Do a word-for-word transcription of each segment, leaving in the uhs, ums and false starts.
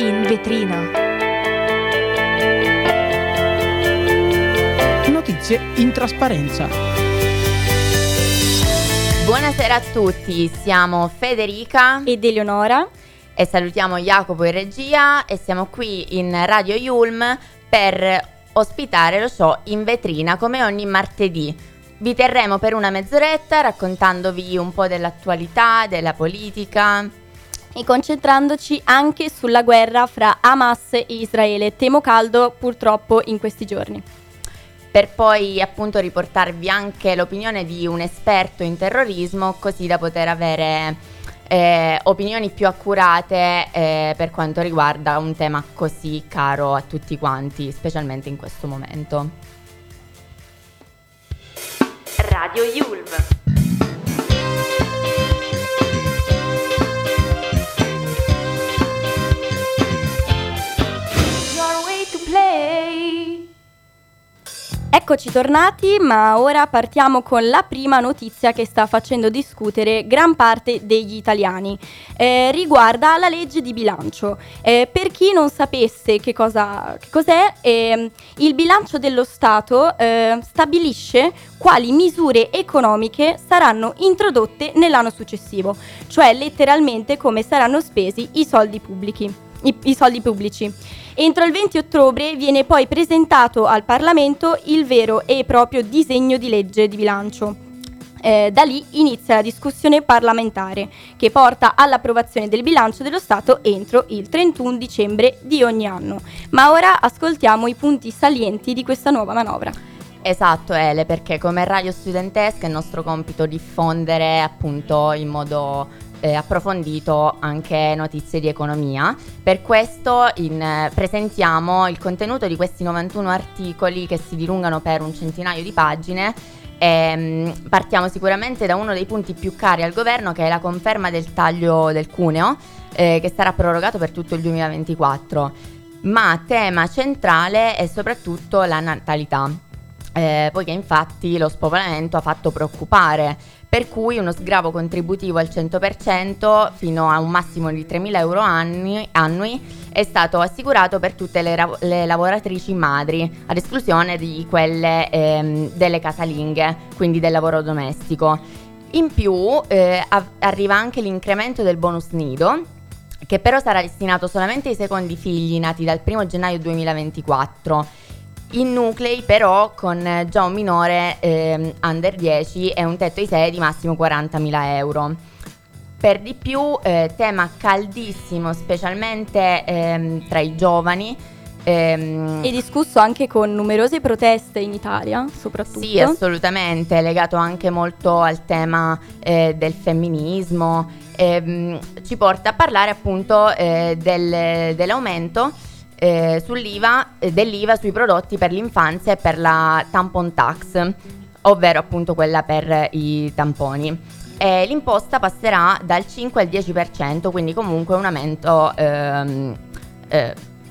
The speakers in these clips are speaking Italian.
in vetrina. Notizie in trasparenza. Buonasera a tutti, siamo Federica ed Eleonora e salutiamo Jacopo in regia e siamo qui in Radio Yulm per ospitare lo show In Vetrina come ogni martedì. Vi terremo per una mezz'oretta raccontandovi un po' dell'attualità, della politica e concentrandoci anche sulla guerra fra Hamas e Israele, temo caldo purtroppo in questi giorni. Per poi appunto riportarvi anche l'opinione di un esperto in terrorismo, così da poter avere eh, opinioni più accurate eh, per quanto riguarda un tema così caro a tutti quanti, specialmente in questo momento. Radio Yulm. Eccoci tornati, ma ora partiamo con la prima notizia che sta facendo discutere gran parte degli italiani. Eh, riguarda la legge di bilancio. Eh, per chi non sapesse che, cosa, che cos'è, eh, il bilancio dello Stato eh, stabilisce quali misure economiche saranno introdotte nell'anno successivo, cioè letteralmente come saranno spesi i soldi pubblici. I, i soldi pubblici. Entro il venti ottobre viene poi presentato al Parlamento il vero e proprio disegno di legge di bilancio. Eh, da lì inizia la discussione parlamentare che porta all'approvazione del bilancio dello Stato entro il trentuno dicembre di ogni anno. Ma ora ascoltiamo i punti salienti di questa nuova manovra. Esatto, Ele, perché come radio studentesca è nostro compito diffondere appunto in modo Eh, approfondito anche notizie di economia. Per questo in, eh, presentiamo il contenuto di questi novantuno articoli che si dilungano per un centinaio di pagine. E, mh, partiamo sicuramente da uno dei punti più cari al governo, che è la conferma del taglio del cuneo eh, che sarà prorogato per tutto il duemilaventiquattro, ma tema centrale è soprattutto la natalità, eh, poiché infatti lo spopolamento ha fatto preoccupare, per cui uno sgravo contributivo al cento per cento fino a un massimo di tremila euro annui, annui è stato assicurato per tutte le, ra- le lavoratrici madri, ad esclusione di quelle ehm, delle casalinghe, quindi del lavoro domestico. In più eh, av- arriva anche l'incremento del bonus nido, che però sarà destinato solamente ai secondi figli nati dal primo gennaio duemilaventiquattro. In nuclei però con già un minore eh, under dieci e un tetto ai sei di massimo quarantamila euro. Per di più eh, tema caldissimo specialmente ehm, tra i giovani. Ehm, e discusso anche con numerose proteste in Italia soprattutto. Sì, assolutamente, legato anche molto al tema eh, del femminismo. Ehm, ci porta a parlare appunto eh, del, dell'aumento Eh, sull'IVA, eh, dell'IVA sui prodotti per l'infanzia e per la tampon tax, ovvero appunto quella per i tamponi. E l'imposta passerà dal cinque al dieci per cento, quindi comunque un aumento ehm, eh,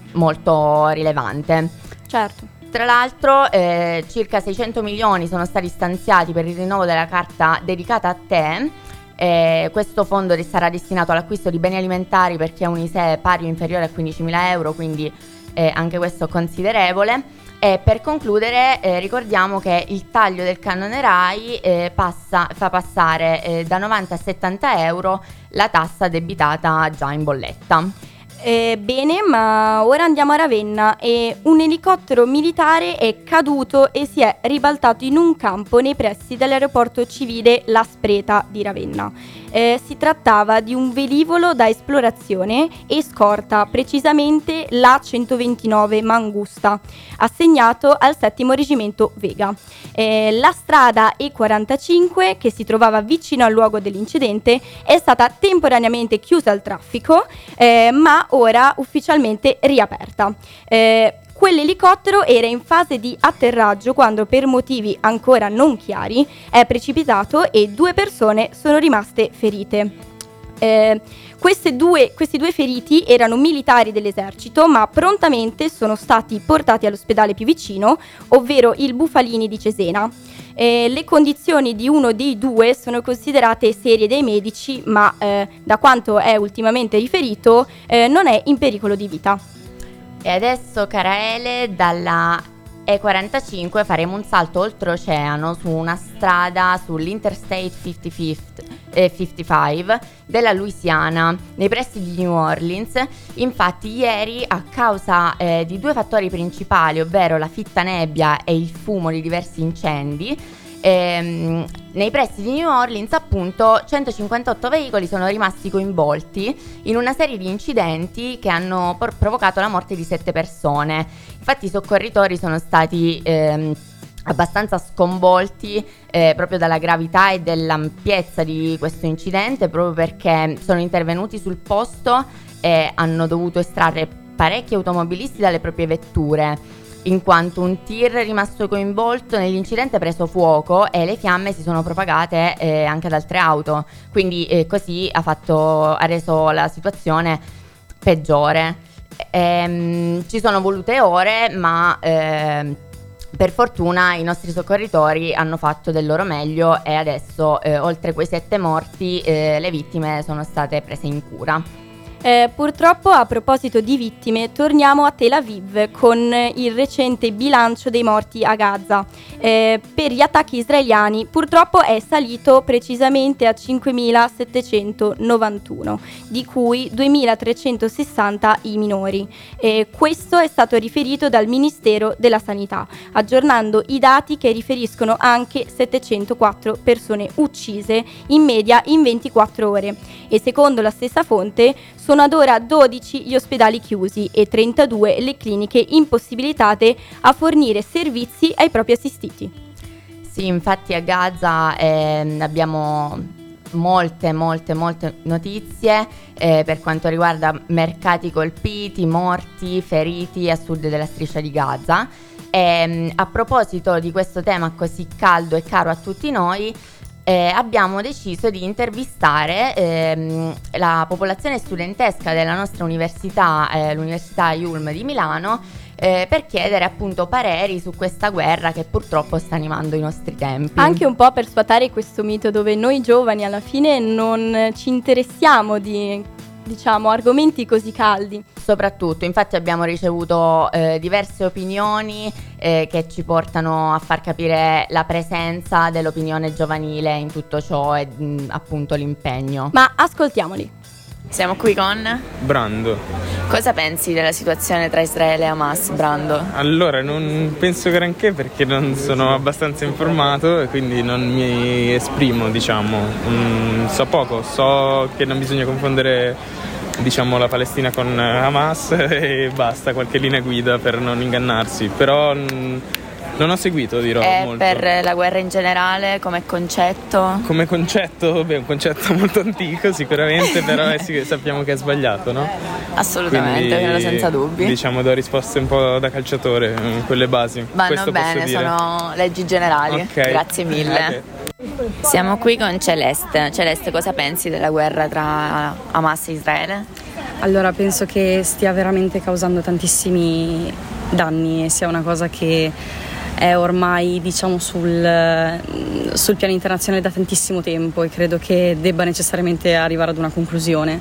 molto rilevante. Certo. Tra l'altro eh, circa seicento milioni sono stati stanziati per il rinnovo della carta dedicata a te. Eh, questo fondo sarà destinato all'acquisto di beni alimentari per chi ha un I S E E pari o inferiore a quindicimila euro, quindi eh, anche questo considerevole. E per concludere eh, ricordiamo che il taglio del canone RAI eh, passa, fa passare eh, da novanta a settanta euro la tassa addebitata già in bolletta. Eh, bene, ma ora andiamo a Ravenna e un elicottero militare è caduto e si è ribaltato in un campo nei pressi dell'aeroporto civile La Spreta di Ravenna. Eh, si trattava di un velivolo da esplorazione e scorta, precisamente l'A centoventinove Mangusta, assegnato al settimo reggimento Vega. Eh, la strada E quarantacinque, che si trovava vicino al luogo dell'incidente, è stata temporaneamente chiusa al traffico, eh, ma ora ufficialmente riaperta. Eh, Quell'elicottero era in fase di atterraggio quando, per motivi ancora non chiari, è precipitato e due persone sono rimaste ferite. Eh, queste due, questi due feriti erano militari dell'esercito, ma prontamente sono stati portati all'ospedale più vicino, ovvero il Bufalini di Cesena. Eh, le condizioni di uno dei due sono considerate serie dai medici, ma eh, da quanto è ultimamente riferito eh, non è in pericolo di vita. E adesso, cara Ele, dalla E quarantacinque faremo un salto oltreoceano su una strada sull'Interstate cinquantacinque, eh, cinquantacinque della Louisiana, nei pressi di New Orleans. Infatti ieri, a causa eh, di due fattori principali, ovvero la fitta nebbia e il fumo di diversi incendi, ehm, nei pressi di New Orleans appunto centocinquantotto veicoli sono rimasti coinvolti in una serie di incidenti che hanno por- provocato la morte di sette persone. Infatti i soccorritori sono stati ehm, abbastanza sconvolti eh, proprio dalla gravità e dell'ampiezza di questo incidente, proprio perché sono intervenuti sul posto e hanno dovuto estrarre parecchi automobilisti dalle proprie vetture, in quanto un tir rimasto coinvolto nell'incidente ha preso fuoco e le fiamme si sono propagate eh, anche ad altre auto, quindi eh, così ha, fatto, ha reso la situazione peggiore. Ehm, ci sono volute ore, ma ehm, per fortuna i nostri soccorritori hanno fatto del loro meglio e adesso eh, oltre quei sette morti eh, le vittime sono state prese in cura. Eh, purtroppo, a proposito di vittime, torniamo a Tel Aviv con il recente bilancio dei morti a Gaza. Eh, per gli attacchi israeliani purtroppo è salito precisamente a cinquemilasettecentonovantuno, di cui duemilatrecentosessanta i minori. Eh, questo è stato riferito dal Ministero della Sanità, aggiornando i dati che riferiscono anche settecentoquattro persone uccise in media in ventiquattro ore. E secondo la stessa fonte sono ad ora dodici gli ospedali chiusi e trentadue le cliniche impossibilitate a fornire servizi ai propri assistiti. Sì, infatti a Gaza eh, abbiamo molte, molte, molte notizie eh, per quanto riguarda mercati colpiti, morti, feriti a sud della striscia di Gaza. E, a proposito di questo tema così caldo e caro a tutti noi, Eh, abbiamo deciso di intervistare ehm, la popolazione studentesca della nostra università, eh, l'Università Yulm di Milano, eh, per chiedere appunto pareri su questa guerra che purtroppo sta animando i nostri tempi. Anche un po' per sfatare questo mito dove noi giovani alla fine non ci interessiamo di, diciamo, argomenti così caldi. Soprattutto, infatti abbiamo ricevuto eh, diverse opinioni eh, che ci portano a far capire la presenza dell'opinione giovanile in tutto ciò e mh, appunto l'impegno. Ma ascoltiamoli. Siamo qui con Brando. Cosa pensi della situazione tra Israele e Hamas, Brando? Allora, non penso granché perché non sono abbastanza informato e quindi non mi esprimo, diciamo. Mm, so poco, so che non bisogna confondere, diciamo, la Palestina con Hamas e basta, qualche linea guida per non ingannarsi, però mh, non ho seguito, dirò E molto. per la guerra in generale, come concetto? Come concetto, beh, è un concetto molto antico sicuramente, però è, sì, sappiamo che è sbagliato, no? Assolutamente, Quindi, quello senza dubbi. Diciamo, do risposte un po' da calciatore, quelle basi. Vanno Questo posso bene, dire. sono leggi generali. Ok. Grazie mille. Ok. Siamo qui con Celeste. Celeste, cosa pensi della guerra tra Hamas e Israele? Allora, penso che stia veramente causando tantissimi danni e sia una cosa che è ormai, diciamo, sul, sul piano internazionale da tantissimo tempo e credo che debba necessariamente arrivare ad una conclusione.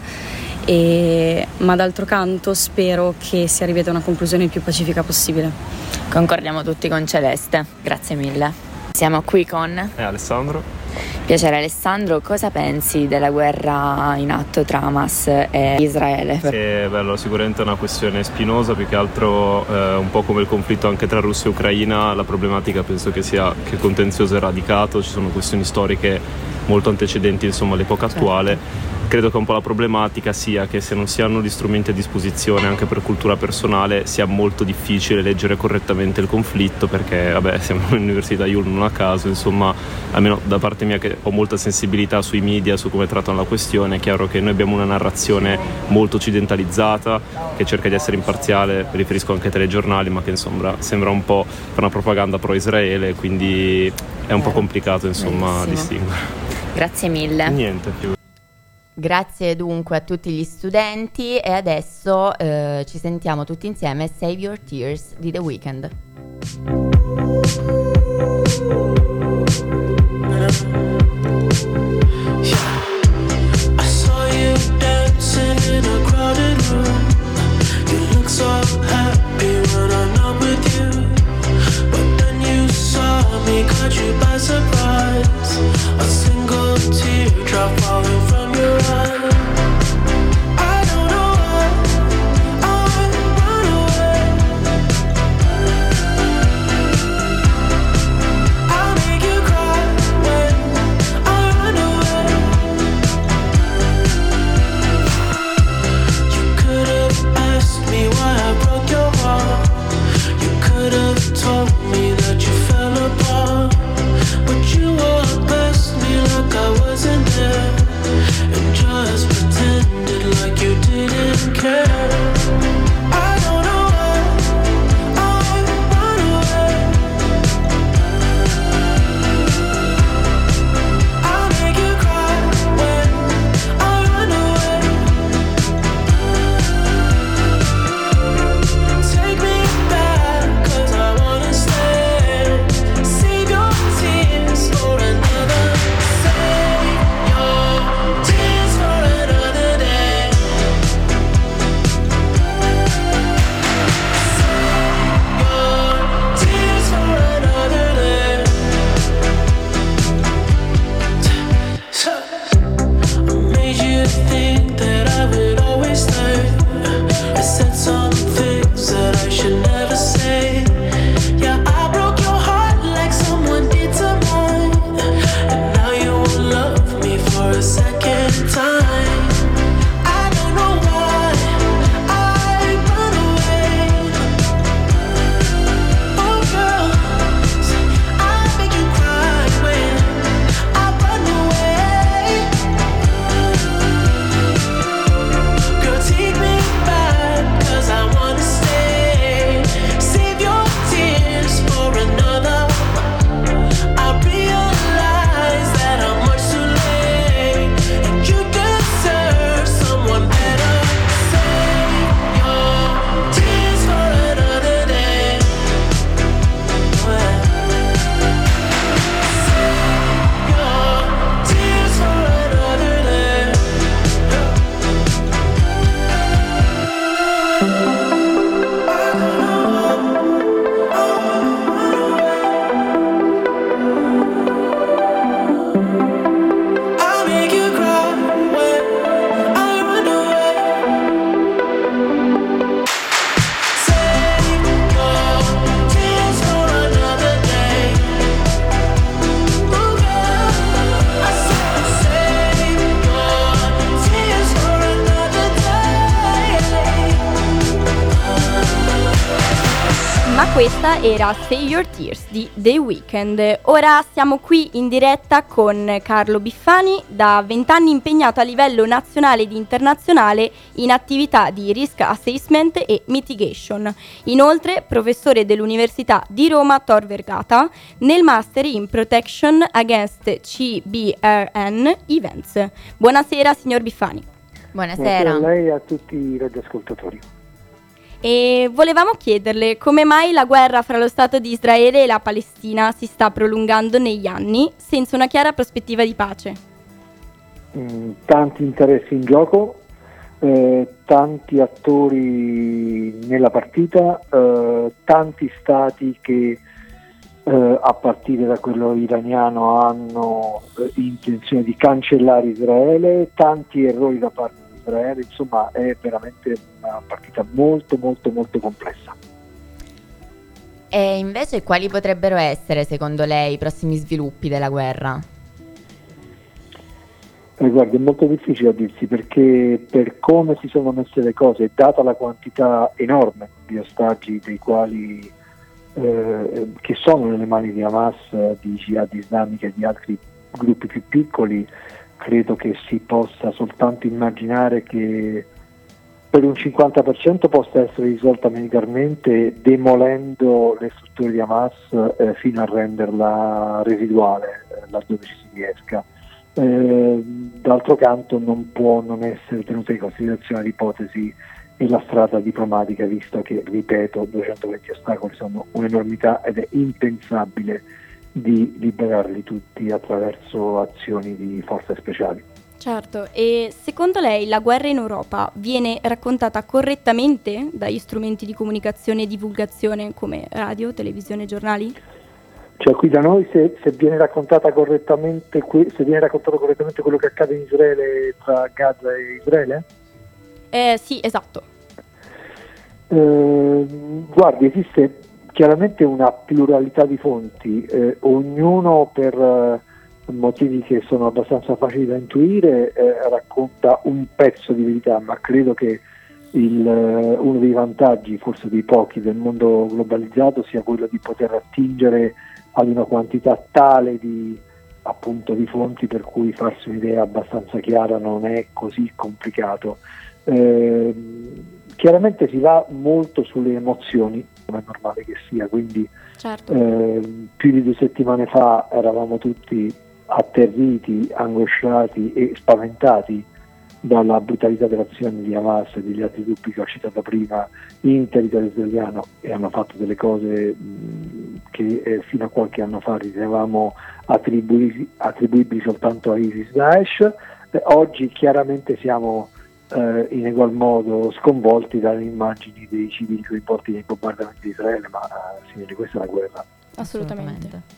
E, ma d'altro canto spero che si arrivi ad una conclusione il più pacifica possibile. Concordiamo tutti con Celeste. Grazie mille. Siamo qui con E Alessandro. Piacere Alessandro, cosa pensi della guerra in atto tra Hamas e Israele? Che bello, sicuramente è una questione spinosa, più che altro eh, un po' come il conflitto anche tra Russia e Ucraina. La problematica penso che sia che il contenzioso è radicato, ci sono questioni storiche molto antecedenti, insomma, all'epoca attuale. Credo che un po' la problematica sia che se non si hanno gli strumenti a disposizione anche per cultura personale sia molto difficile leggere correttamente il conflitto, perché vabbè, siamo all'Università Yulm non a caso, insomma, almeno da parte mia che ho molta sensibilità sui media, su come trattano la questione. È chiaro che noi abbiamo una narrazione molto occidentalizzata che cerca di essere imparziale, mi riferisco anche ai telegiornali, ma che insomma sembra un po' una propaganda pro Israele, quindi è un po' complicato, insomma, Benissimo. distinguere. Grazie mille. Niente più. Grazie dunque a tutti gli studenti e adesso eh, ci sentiamo tutti insieme Save Your Tears di The Weeknd. Questa era Save Your Tears di The Weeknd. Ora siamo qui in diretta con Carlo Biffani, da vent'anni impegnato a livello nazionale ed internazionale in attività di risk assessment e mitigation. Inoltre professore dell'Università di Roma Tor Vergata nel Master in Protection Against C B R N Events. Buonasera signor Biffani. Buonasera. Buonasera a lei e a tutti i radioascoltatori. E volevamo chiederle come mai la guerra fra lo Stato di Israele e la Palestina si sta prolungando negli anni senza una chiara prospettiva di pace. Mm, tanti interessi in gioco, eh, tanti attori nella partita, eh, tanti stati che eh, a partire da quello iraniano hanno eh, intenzione di cancellare Israele, tanti errori da parte di Israele, insomma è veramente una partita molto molto molto complessa. E invece quali potrebbero essere secondo lei i prossimi sviluppi della guerra? Eh, guarda, è molto difficile a dirsi, perché per come si sono messe le cose, data la quantità enorme di ostaggi dei quali eh, che sono nelle mani di Hamas, di Jihad Islamica e di altri gruppi più piccoli, credo che si possa soltanto immaginare che per un cinquanta per cento possa essere risolta militarmente, demolendo le strutture di Hamas eh, fino a renderla residuale eh, laddove ci si riesca. Eh, d'altro canto non può non essere tenuta in considerazione l'ipotesi e la strada diplomatica, visto che, ripeto, duecentoventi ostacoli sono un'enormità ed è impensabile di liberarli tutti attraverso azioni di forze speciali. Certo, e secondo lei la guerra in Europa viene raccontata correttamente dagli strumenti di comunicazione e divulgazione come radio, televisione e giornali? Cioè qui da noi se, se viene raccontata correttamente se viene raccontato correttamente quello che accade in Israele, tra Gaza e Israele? Eh, sì, esatto. Eh, guardi, esiste chiaramente una pluralità di fonti, eh, ognuno per eh, motivi che sono abbastanza facili da intuire eh, racconta un pezzo di verità, ma credo che il, eh, uno dei vantaggi, forse dei pochi, del mondo globalizzato sia quello di poter attingere ad una quantità tale di, appunto, di fonti per cui farsi un'idea abbastanza chiara non è così complicato. Eh, chiaramente si va molto sulle emozioni, come è normale che sia, quindi certo. eh, più di due settimane fa eravamo tutti atterriti, angosciati e spaventati dalla brutalità dell'azione di Hamas e degli altri gruppi che ho citato prima in territorio israeliano, e hanno fatto delle cose mh, che eh, fino a qualche anno fa ritenevamo attribuibili, attribuibili soltanto a ISIS-Daesh. Eh, oggi chiaramente siamo eh, in egual modo sconvolti dalle immagini dei civili coinvolti nei bombardamenti di Israele, ma eh, signori, questa è una guerra. Assolutamente.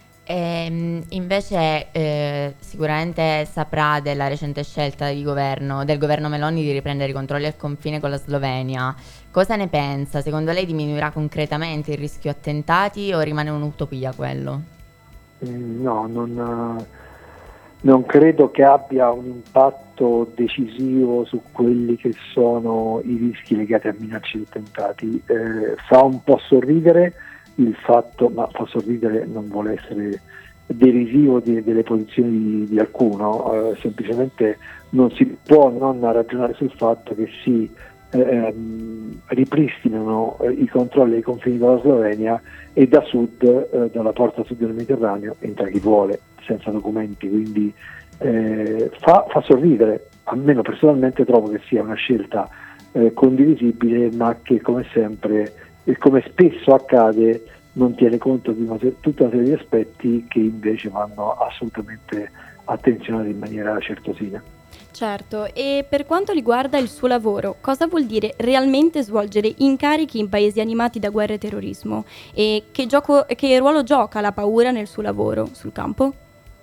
E, invece eh, sicuramente saprà della recente scelta di governo, del governo Meloni di riprendere i controlli al confine con la Slovenia. Cosa ne pensa? Secondo lei diminuirà concretamente il rischio attentati o rimane un'utopia quello? Mm, no, non, non credo che abbia un impatto decisivo su quelli che sono i rischi legati a minacce di attentati. Eh, fa un po' sorridere il fatto, ma fa sorridere, non vuole essere derisivo di, delle posizioni di, di alcuno, eh, semplicemente non si può non ragionare sul fatto che si eh, ripristinano eh, i controlli ai confini della Slovenia e da sud, eh, dalla porta sud del Mediterraneo, entra chi vuole, senza documenti, quindi eh, fa, fa sorridere. Almeno personalmente trovo che sia una scelta eh, condivisibile, ma che come sempre e come spesso accade non tiene conto di una, tutta una serie di aspetti che invece vanno assolutamente attenzionati in maniera certosina. Certo, e per quanto riguarda il suo lavoro, cosa vuol dire realmente svolgere incarichi in paesi animati da guerra e terrorismo? E che, gioco, che ruolo gioca la paura nel suo lavoro sul campo?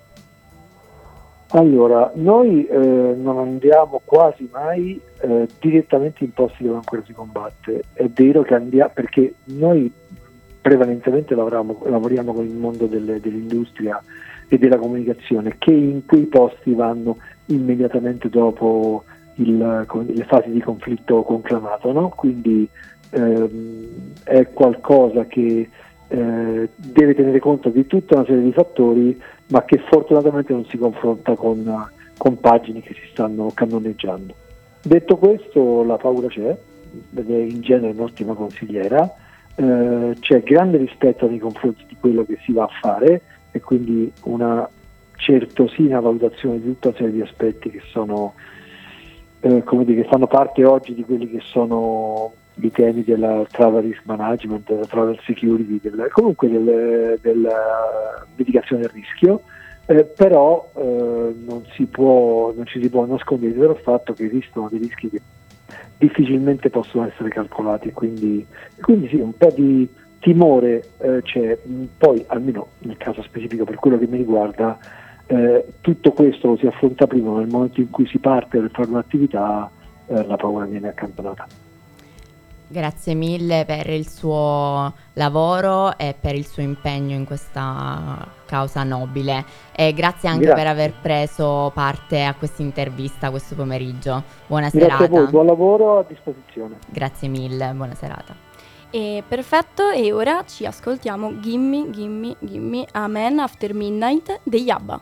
Allora, noi eh, non andiamo quasi mai eh, direttamente in posti dove ancora si combatte. È vero che andiamo, perché noi prevalentemente lavoriamo, lavoriamo con il mondo delle, dell'industria e della comunicazione, che in quei posti vanno immediatamente dopo il, le fasi di conflitto conclamato, no? Quindi ehm, è qualcosa che eh, deve tenere conto di tutta una serie di fattori, ma che fortunatamente non si confronta con, con pagine che si stanno cannoneggiando. Detto questo, la paura c'è, ed è in genere un'ottima consigliera, eh, c'è grande rispetto nei confronti di quello che si va a fare e quindi una certosina valutazione di tutta una serie di aspetti che sono eh, come dire, che fanno parte oggi di quelli che sono i temi della travel risk management, della travel security, del, comunque del, della mitigazione del rischio, eh, però eh, non si può, non ci si può nascondere dal fatto che esistono dei rischi che difficilmente possono essere calcolati, quindi, quindi sì, un po' di timore eh, c'è. Poi almeno nel caso specifico per quello che mi riguarda, eh, tutto questo lo si affronta prima, nel momento in cui si parte per fare un'attività eh, la paura viene accantonata. Grazie mille per il suo lavoro e per il suo impegno in questa causa nobile, e grazie anche grazie. per aver preso parte a questa intervista questo pomeriggio. Buona Grazie serata. a voi, buon lavoro, a disposizione. Grazie mille, buona serata. E perfetto, e ora ci ascoltiamo Gimme, Gimme, Gimme Amen After Midnight degli ABBA.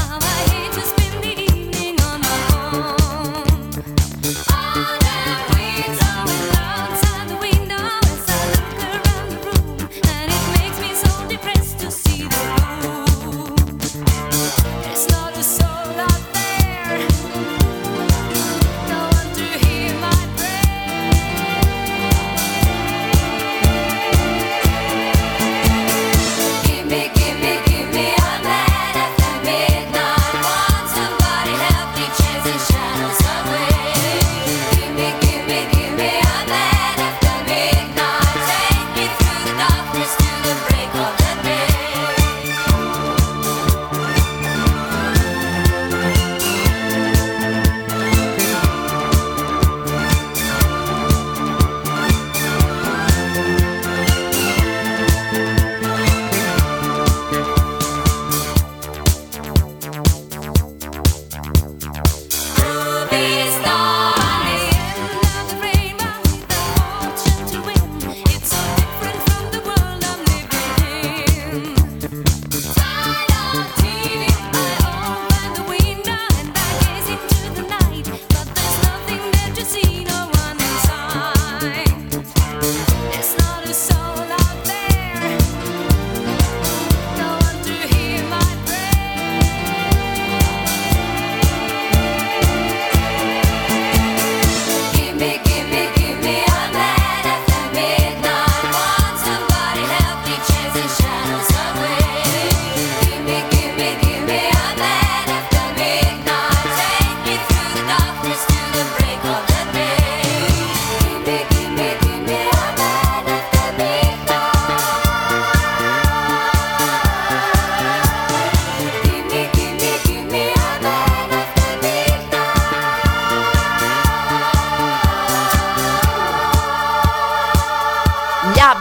All that we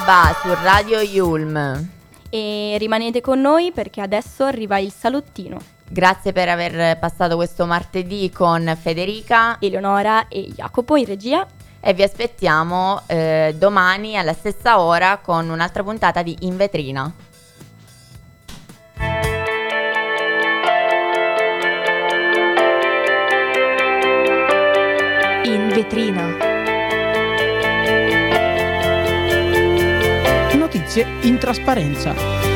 va su Radio Yulm. E rimanete con noi perché adesso arriva il salottino. Grazie per aver passato questo martedì con Federica, Eleonora e Jacopo in regia. e vi aspettiamo eh, domani alla stessa ora con un'altra puntata di In Vetrina. In vetrina. Notizie in trasparenza.